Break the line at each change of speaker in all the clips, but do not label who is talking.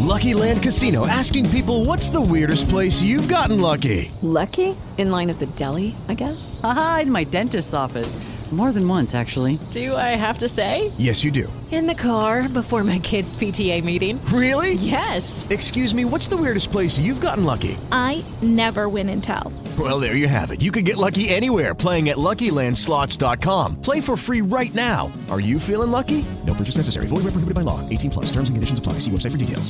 Lucky Land Casino, asking people, what's the weirdest place you've gotten lucky?
Lucky? In line at the deli, I guess?
Aha, in my dentist's office. More than once, actually.
Do I have to say?
Yes, you do.
In the car before my kids' PTA meeting.
Really?
Yes.
Excuse me, what's the weirdest place you've gotten lucky?
I never win and tell.
Well, there you have it. You can get lucky anywhere, playing at LuckyLandSlots.com. Play for free right now. Are you feeling lucky? No purchase necessary. Void where prohibited by law. 18 plus. Terms and conditions apply. See website for details.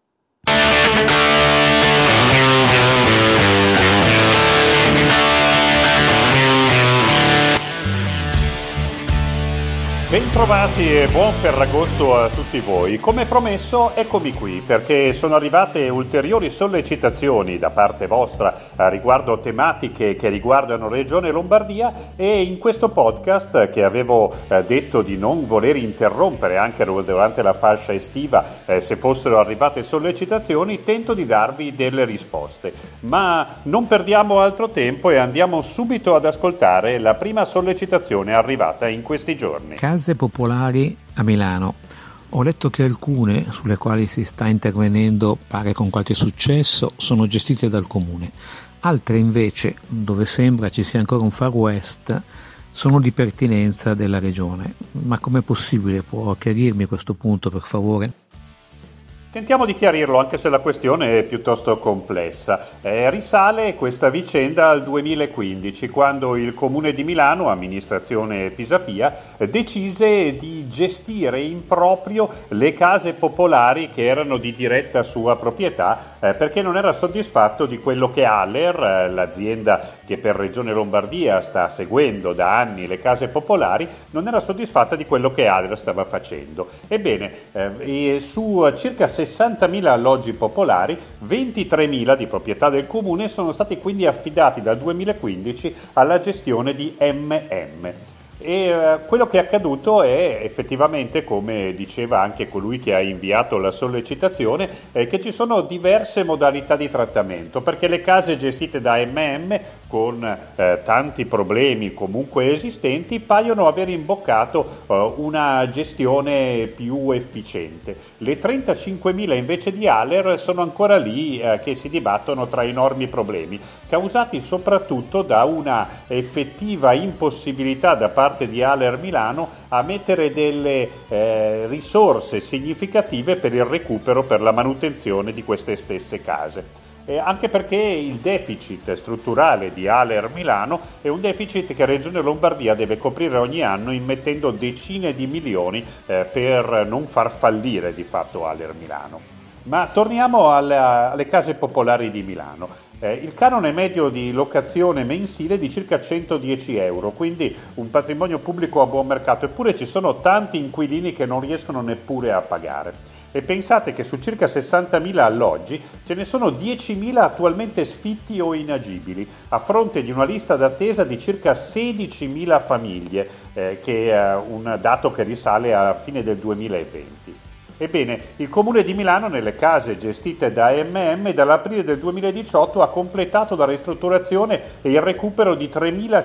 Bentrovati e buon Ferragosto a tutti voi. Come promesso, eccomi qui perché sono arrivate ulteriori sollecitazioni da parte vostra riguardo tematiche che riguardano Regione Lombardia, e in questo podcast, che avevo detto di non voler interrompere anche durante la fascia estiva se fossero arrivate sollecitazioni, tento di darvi delle risposte. Ma non perdiamo altro tempo e andiamo subito ad ascoltare la prima sollecitazione arrivata in questi giorni.
Case popolari a Milano. Ho letto che alcune, sulle quali si sta intervenendo, pare con qualche successo, sono gestite dal comune. Altre invece, dove sembra ci sia ancora un far west, sono di pertinenza della regione. Ma com'è possibile? Può chiarirmi questo punto, per favore?
Tentiamo di chiarirlo, anche se la questione è piuttosto complessa. Risale questa vicenda al 2015, quando il Comune di Milano, amministrazione Pisapia, decise di gestire in proprio le case popolari che erano di diretta sua proprietà, perché non era soddisfatto di quello che Aller, l'azienda che per Regione Lombardia sta seguendo da anni le case popolari, non era soddisfatta di quello che Aller stava facendo. Ebbene, su circa 60.000 alloggi popolari, 23.000 di proprietà del comune sono stati quindi affidati dal 2015 alla gestione di MM. E quello che è accaduto è effettivamente, come diceva anche colui che ha inviato la sollecitazione, che ci sono diverse modalità di trattamento, perché le case gestite da MM, con tanti problemi comunque esistenti, paiono aver imboccato una gestione più efficiente. Le 35.000 invece di Aller sono ancora lì che si dibattono tra enormi problemi, causati soprattutto da una effettiva impossibilità da parte di Aller Milano a mettere delle risorse significative per il recupero, per la manutenzione di queste stesse case. Anche perché il deficit strutturale di Aller Milano è un deficit che Regione Lombardia deve coprire ogni anno, immettendo decine di milioni per non far fallire di fatto Aller Milano. Ma torniamo alle case popolari di Milano. Il canone medio di locazione mensile è di circa 110 euro, quindi un patrimonio pubblico a buon mercato, eppure ci sono tanti inquilini che non riescono neppure a pagare. E pensate che su circa 60.000 alloggi ce ne sono 10.000 attualmente sfitti o inagibili, a fronte di una lista d'attesa di circa 16.000 famiglie, che è un dato che risale a fine del 2020. Ebbene, il Comune di Milano, nelle case gestite da MM, dall'aprile del 2018 ha completato la ristrutturazione e il recupero di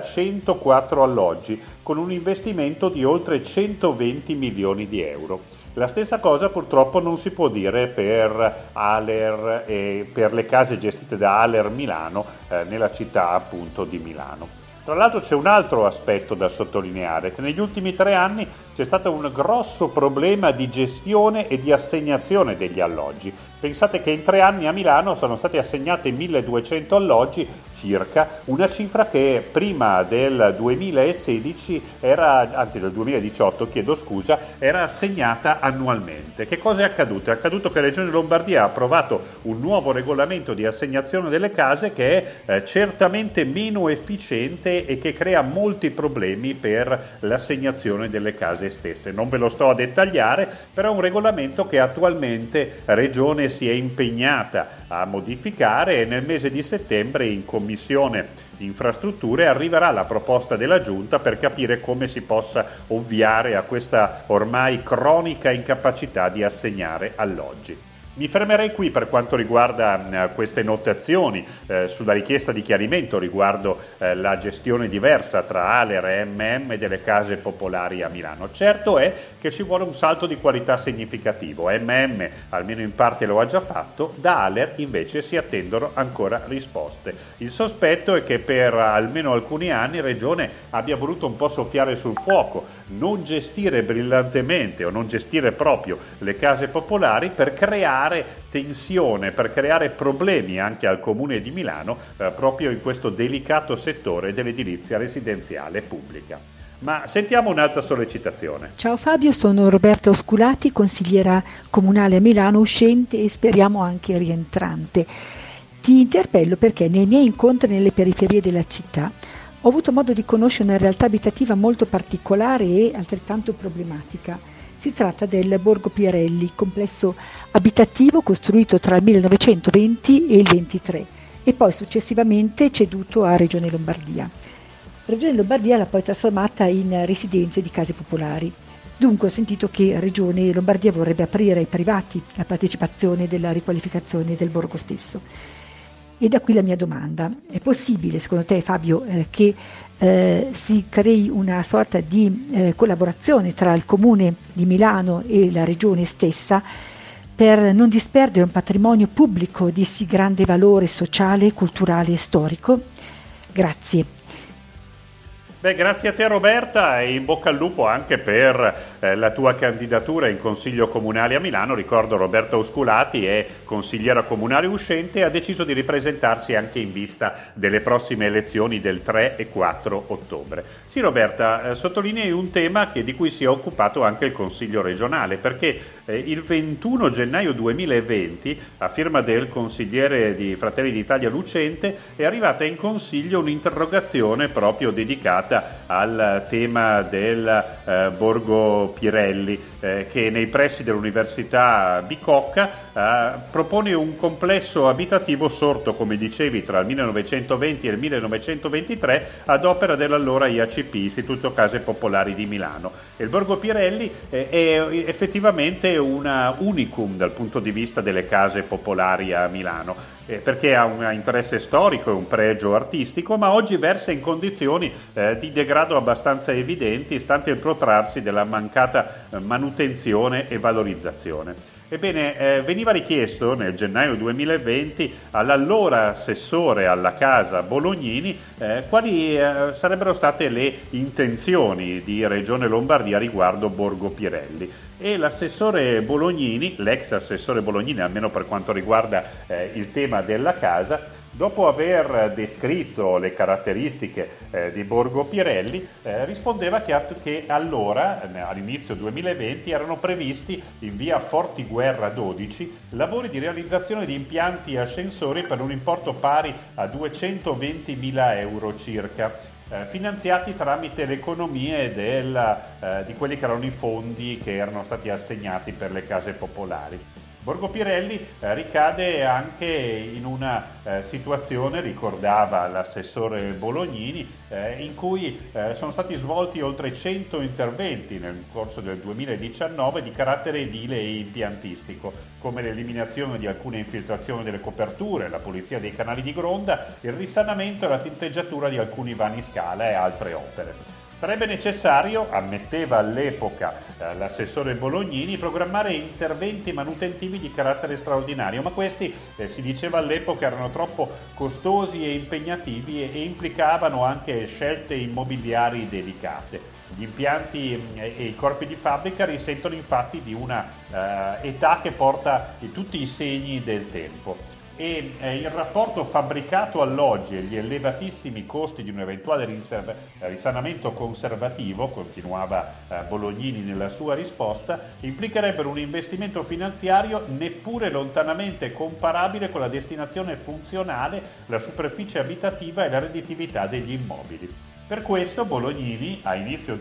3.104 alloggi, con un investimento di oltre 120 milioni di euro. La stessa cosa purtroppo non si può dire per Aller e per le case gestite da Aller Milano nella città appunto di Milano. Tra l'altro c'è un altro aspetto da sottolineare, che negli ultimi 3 anni c'è stato un grosso problema di gestione e di assegnazione degli alloggi. Pensate che in 3 anni a Milano sono stati assegnati 1.200 alloggi circa, una cifra che prima del 2016 del 2018, era assegnata annualmente. Che cosa è accaduto? È accaduto che Regione Lombardia ha approvato un nuovo regolamento di assegnazione delle case che è certamente meno efficiente e che crea molti problemi per l'assegnazione delle case stesse. Non ve lo sto a dettagliare, però è un regolamento che attualmente Regione si è impegnata a modificare, e nel mese di settembre in Commissione Infrastrutture arriverà la proposta della Giunta per capire come si possa ovviare a questa ormai cronica incapacità di assegnare alloggi. Mi fermerei qui per quanto riguarda queste notazioni sulla richiesta di chiarimento riguardo la gestione diversa tra Aler e MM delle case popolari a Milano. Certo è che ci vuole un salto di qualità significativo. MM almeno in parte lo ha già fatto, da Aler invece si attendono ancora risposte. Il sospetto è che per almeno alcuni anni Regione abbia voluto un po' soffiare sul fuoco, non gestire brillantemente o non gestire proprio le case popolari per creare tensione, per creare problemi anche al Comune di Milano proprio in questo delicato settore dell'edilizia residenziale pubblica. Ma sentiamo un'altra sollecitazione.
Ciao Fabio, sono Roberta Osculati, consigliera comunale a Milano, uscente e speriamo anche rientrante. Ti interpello perché nei miei incontri nelle periferie della città ho avuto modo di conoscere una realtà abitativa molto particolare e altrettanto problematica. Si tratta del Borgo Pirelli, complesso abitativo costruito tra il 1920 e il 23 e poi successivamente ceduto a Regione Lombardia. Regione Lombardia l'ha poi trasformata in residenze di case popolari. Dunque ho sentito che Regione Lombardia vorrebbe aprire ai privati la partecipazione della riqualificazione del borgo stesso. E da qui la mia domanda: è possibile secondo te, Fabio, che si crei una sorta di collaborazione tra il Comune di Milano e la Regione stessa per non disperdere un patrimonio pubblico di sì grande valore sociale, culturale e storico? Grazie.
Beh, grazie a te Roberta e in bocca al lupo anche per la tua candidatura in Consiglio Comunale a Milano. Ricordo Roberta Osculati è consigliera comunale uscente e ha deciso di ripresentarsi anche in vista delle prossime elezioni del 3 e 4 ottobre. Sì Roberta, sottolinei un tema di cui si è occupato anche il Consiglio regionale, perché il 21 gennaio 2020, a firma del consigliere di Fratelli d'Italia Lucente, è arrivata in Consiglio un'interrogazione proprio dedicata al tema del Borgo Pirelli che nei pressi dell'Università Bicocca propone un complesso abitativo sorto, come dicevi, tra il 1920 e il 1923 ad opera dell'allora IACP, Istituto Case Popolari di Milano. E il Borgo Pirelli è effettivamente una unicum dal punto di vista delle case popolari a Milano, perché ha un interesse storico e un pregio artistico, ma oggi versa in condizioni di degrado abbastanza evidenti, stante il protrarsi della mancata manutenzione e valorizzazione. Ebbene, veniva richiesto nel gennaio 2020 all'allora assessore alla casa Bolognini quali sarebbero state le intenzioni di Regione Lombardia riguardo Borgo Pirelli. E l'assessore Bolognini, l'ex assessore Bolognini, almeno per quanto riguarda il tema della casa, dopo aver descritto le caratteristiche di Borgo Pirelli, rispondeva che allora, all'inizio 2020, erano previsti in via Fortiguerra 12 lavori di realizzazione di impianti ascensori per un importo pari a 220.000 euro circa, finanziati tramite le economie di quelli che erano i fondi che erano stati assegnati per le case popolari. Borgo Pirelli ricade anche in una situazione, ricordava l'assessore Bolognini, in cui sono stati svolti oltre 100 interventi nel corso del 2019 di carattere edile e impiantistico, come l'eliminazione di alcune infiltrazioni delle coperture, la pulizia dei canali di gronda, il risanamento e la tinteggiatura di alcuni vani scala e altre opere. Sarebbe necessario, ammetteva all'epoca l'assessore Bolognini, programmare interventi manutentivi di carattere straordinario, ma questi, si diceva all'epoca, erano troppo costosi e impegnativi e implicavano anche scelte immobiliari delicate. Gli impianti e i corpi di fabbrica risentono infatti di una età che porta tutti i segni del tempo. E il rapporto fabbricato alloggi e gli elevatissimi costi di un eventuale risanamento conservativo, continuava Bolognini nella sua risposta, implicherebbero un investimento finanziario neppure lontanamente comparabile con la destinazione funzionale, la superficie abitativa e la redditività degli immobili. Per questo Bolognini a inizio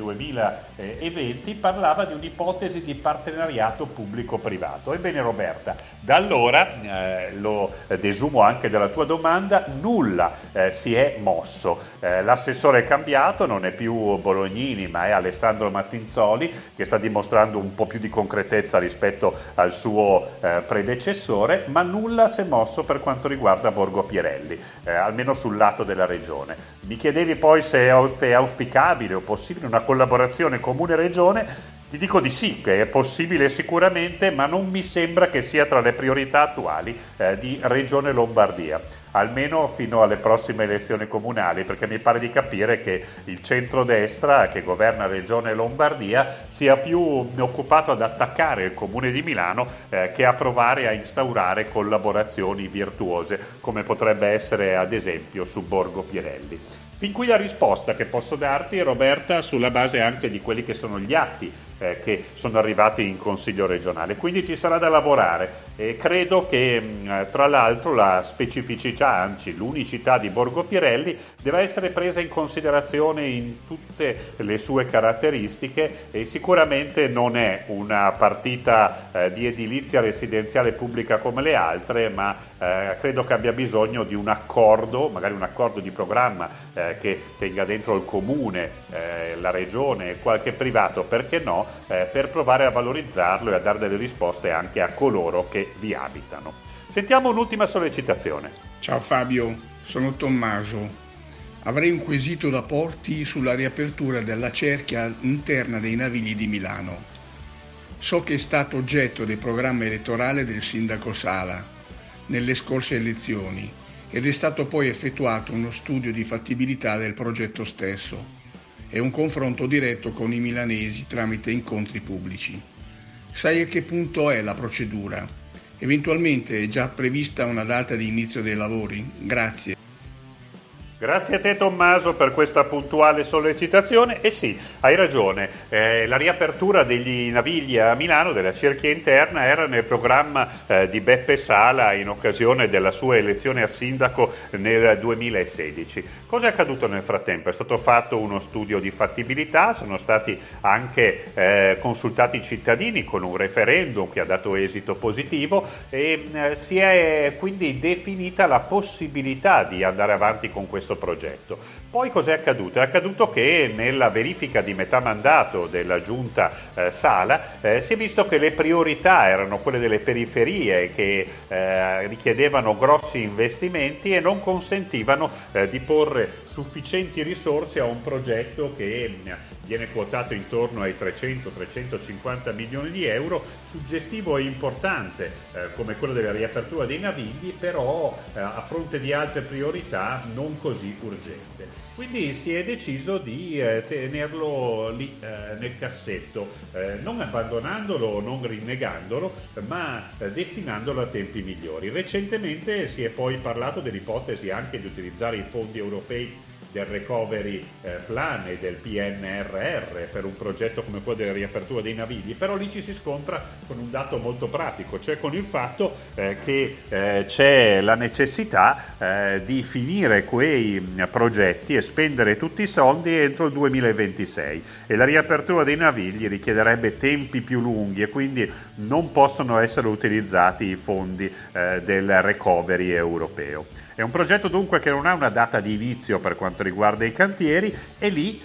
2020 parlava di un'ipotesi di partenariato pubblico-privato. Ebbene Roberta, da allora, lo desumo anche dalla tua domanda, nulla si è mosso. L'assessore è cambiato, non è più Bolognini ma è Alessandro Mattinzoli, che sta dimostrando un po' più di concretezza rispetto al suo predecessore, ma nulla si è mosso per quanto riguarda Borgo Pierelli, almeno sul lato della regione. Mi chiedevi poi se è auspicabile o possibile una collaborazione comune-regione. Ti dico di sì, che è possibile sicuramente, ma non mi sembra che sia tra le priorità attuali di Regione Lombardia, almeno fino alle prossime elezioni comunali, perché mi pare di capire che il centrodestra che governa Regione Lombardia sia più occupato ad attaccare il Comune di Milano che a provare a instaurare collaborazioni virtuose, come potrebbe essere ad esempio su Borgo Pierelli. Fin qui la risposta che posso darti, Roberta, sulla base anche di quelli che sono gli atti che sono arrivati in Consiglio regionale. Quindi ci sarà da lavorare e credo che tra l'altro la specificità, anzi l'unicità di Borgo Pierelli deve essere presa in considerazione in tutte le sue caratteristiche e sicuramente non è una partita di edilizia residenziale pubblica come le altre, ma credo che abbia bisogno di un accordo, magari un accordo di programma che tenga dentro il comune, la regione e qualche privato, perché no, per provare a valorizzarlo e a dare delle risposte anche a coloro che vi abitano. Sentiamo un'ultima sollecitazione.
Ciao Fabio, sono Tommaso. Avrei un quesito da porti sulla riapertura della cerchia interna dei Navigli di Milano. So che è stato oggetto del programma elettorale del sindaco Sala nelle scorse elezioni ed è stato poi effettuato uno studio di fattibilità del progetto stesso e un confronto diretto con i milanesi tramite incontri pubblici. Sai a che punto è la procedura? Eventualmente è già prevista una data di inizio dei lavori? Grazie.
Grazie a te Tommaso per questa puntuale sollecitazione. E sì, hai ragione, la riapertura degli Navigli a Milano, della cerchia interna, era nel programma di Beppe Sala in occasione della sua elezione a sindaco nel 2016. Cosa è accaduto nel frattempo? È stato fatto uno studio di fattibilità, sono stati anche consultati i cittadini con un referendum che ha dato esito positivo e si è quindi definita la possibilità di andare avanti con questo progetto. Poi cos'è accaduto? È accaduto che nella verifica di metà mandato della giunta Sala si è visto che le priorità erano quelle delle periferie che richiedevano grossi investimenti e non consentivano di porre sufficienti risorse a un progetto che viene quotato intorno ai 300-350 milioni di euro, suggestivo e importante come quello della riapertura dei Navigli, però a fronte di altre priorità non così urgente. Quindi si è deciso di tenerlo lì nel cassetto, non abbandonandolo, non rinnegandolo, ma destinandolo a tempi migliori. Recentemente si è poi parlato dell'ipotesi anche di utilizzare i fondi europei del Recovery Plan e del PNRR per un progetto come quello della riapertura dei Navigli, però lì ci si scontra con un dato molto pratico, cioè con il fatto che c'è la necessità di finire quei progetti e spendere tutti i soldi entro il 2026 e la riapertura dei Navigli richiederebbe tempi più lunghi e quindi non possono essere utilizzati i fondi del Recovery europeo. È un progetto dunque che non ha una data di inizio per quanto riguarda i cantieri e lì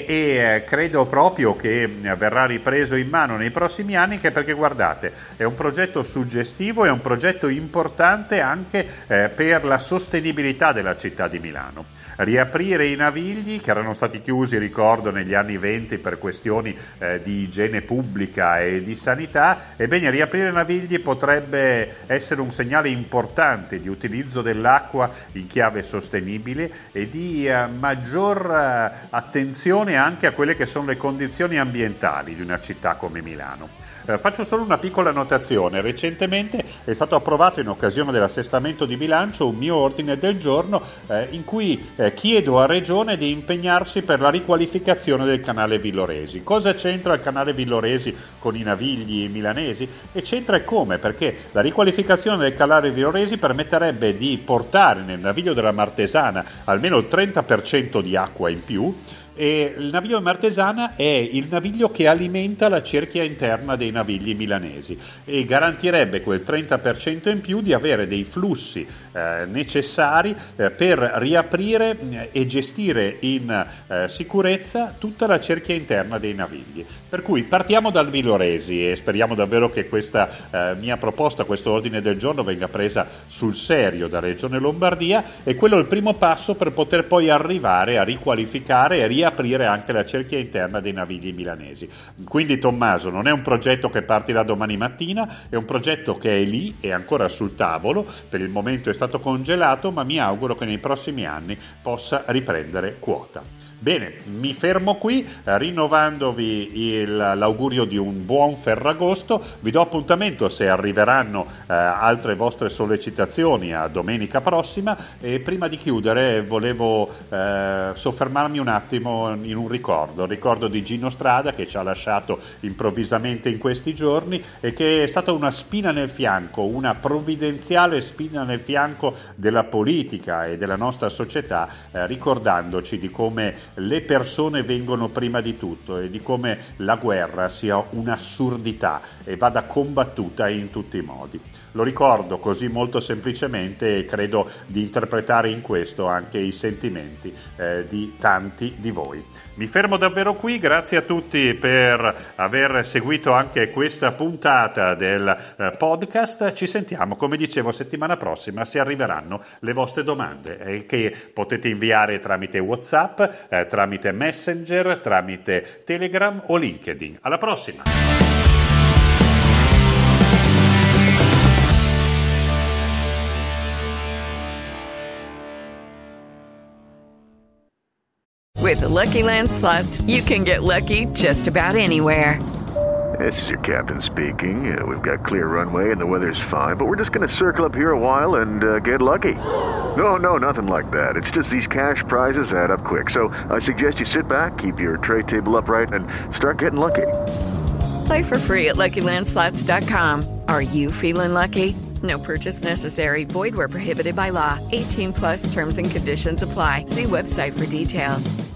credo proprio che verrà ripreso in mano nei prossimi anni, anche perché guardate, è un progetto suggestivo, è un progetto importante anche per la sostenibilità della città di Milano. Riaprire i Navigli che erano stati chiusi, ricordo, negli anni 20 per questioni di igiene pubblica e di sanità, ebbene riaprire i Navigli potrebbe essere un segnale importante di utilizzo dell'acqua in chiave sostenibile e di maggior attenzione attenzione anche a quelle che sono le condizioni ambientali di una città come Milano. Faccio solo una piccola notazione: recentemente è stato approvato, in occasione dell'assestamento di bilancio, un mio ordine del giorno in cui chiedo a Regione di impegnarsi per la riqualificazione del canale Villoresi. Cosa c'entra il canale Villoresi con i navigli milanesi? E c'entra e come? Perché la riqualificazione del canale Villoresi permetterebbe di portare nel naviglio della Martesana almeno il 30% di acqua in più, e il naviglio Martesana è il naviglio che alimenta la cerchia interna dei navigli milanesi e garantirebbe quel 30% in più di avere dei flussi necessari per riaprire e gestire in sicurezza tutta la cerchia interna dei navigli. Per cui partiamo dal Villoresi e speriamo davvero che questa mia proposta, questo ordine del giorno, venga presa sul serio da Regione Lombardia, e quello è il primo passo per poter poi arrivare a riqualificare e riaprire anche la cerchia interna dei navigli milanesi. Quindi, Tommaso, non è un progetto che partirà domani mattina, è un progetto che è lì, è ancora sul tavolo, per il momento è stato congelato, ma mi auguro che nei prossimi anni possa riprendere quota. Bene, mi fermo qui, rinnovandovi l'augurio di un buon Ferragosto. Vi do appuntamento, se arriveranno altre vostre sollecitazioni, a domenica prossima, e prima di chiudere volevo soffermarmi un attimo in un ricordo di Gino Strada, che ci ha lasciato improvvisamente in questi giorni e che è stata una spina nel fianco, una provvidenziale spina nel fianco della politica e della nostra società, ricordandoci di come le persone vengono prima di tutto e di come la guerra sia un'assurdità e vada combattuta in tutti i modi. Lo ricordo così molto semplicemente e credo di interpretare in questo anche i sentimenti di tanti di voi. Mi fermo davvero qui, grazie a tutti per aver seguito anche questa puntata del podcast. Ci sentiamo, come dicevo, settimana prossima, se arriveranno le vostre domande che potete inviare tramite WhatsApp, tramite Messenger, tramite Telegram o LinkedIn. Alla prossima!
With the Lucky Land Slots, you can get lucky just about anywhere.
This is your captain speaking. We've got clear runway and the weather's fine, but we're just going to circle up here a while and get lucky. No, nothing like that. It's just these cash prizes add up quick. So I suggest you sit back, keep your tray table upright, and start getting lucky.
Play for free at LuckyLandSlots.com. Are you feeling lucky? No purchase necessary. Void where prohibited by law. 18+ terms and conditions apply. See website for details.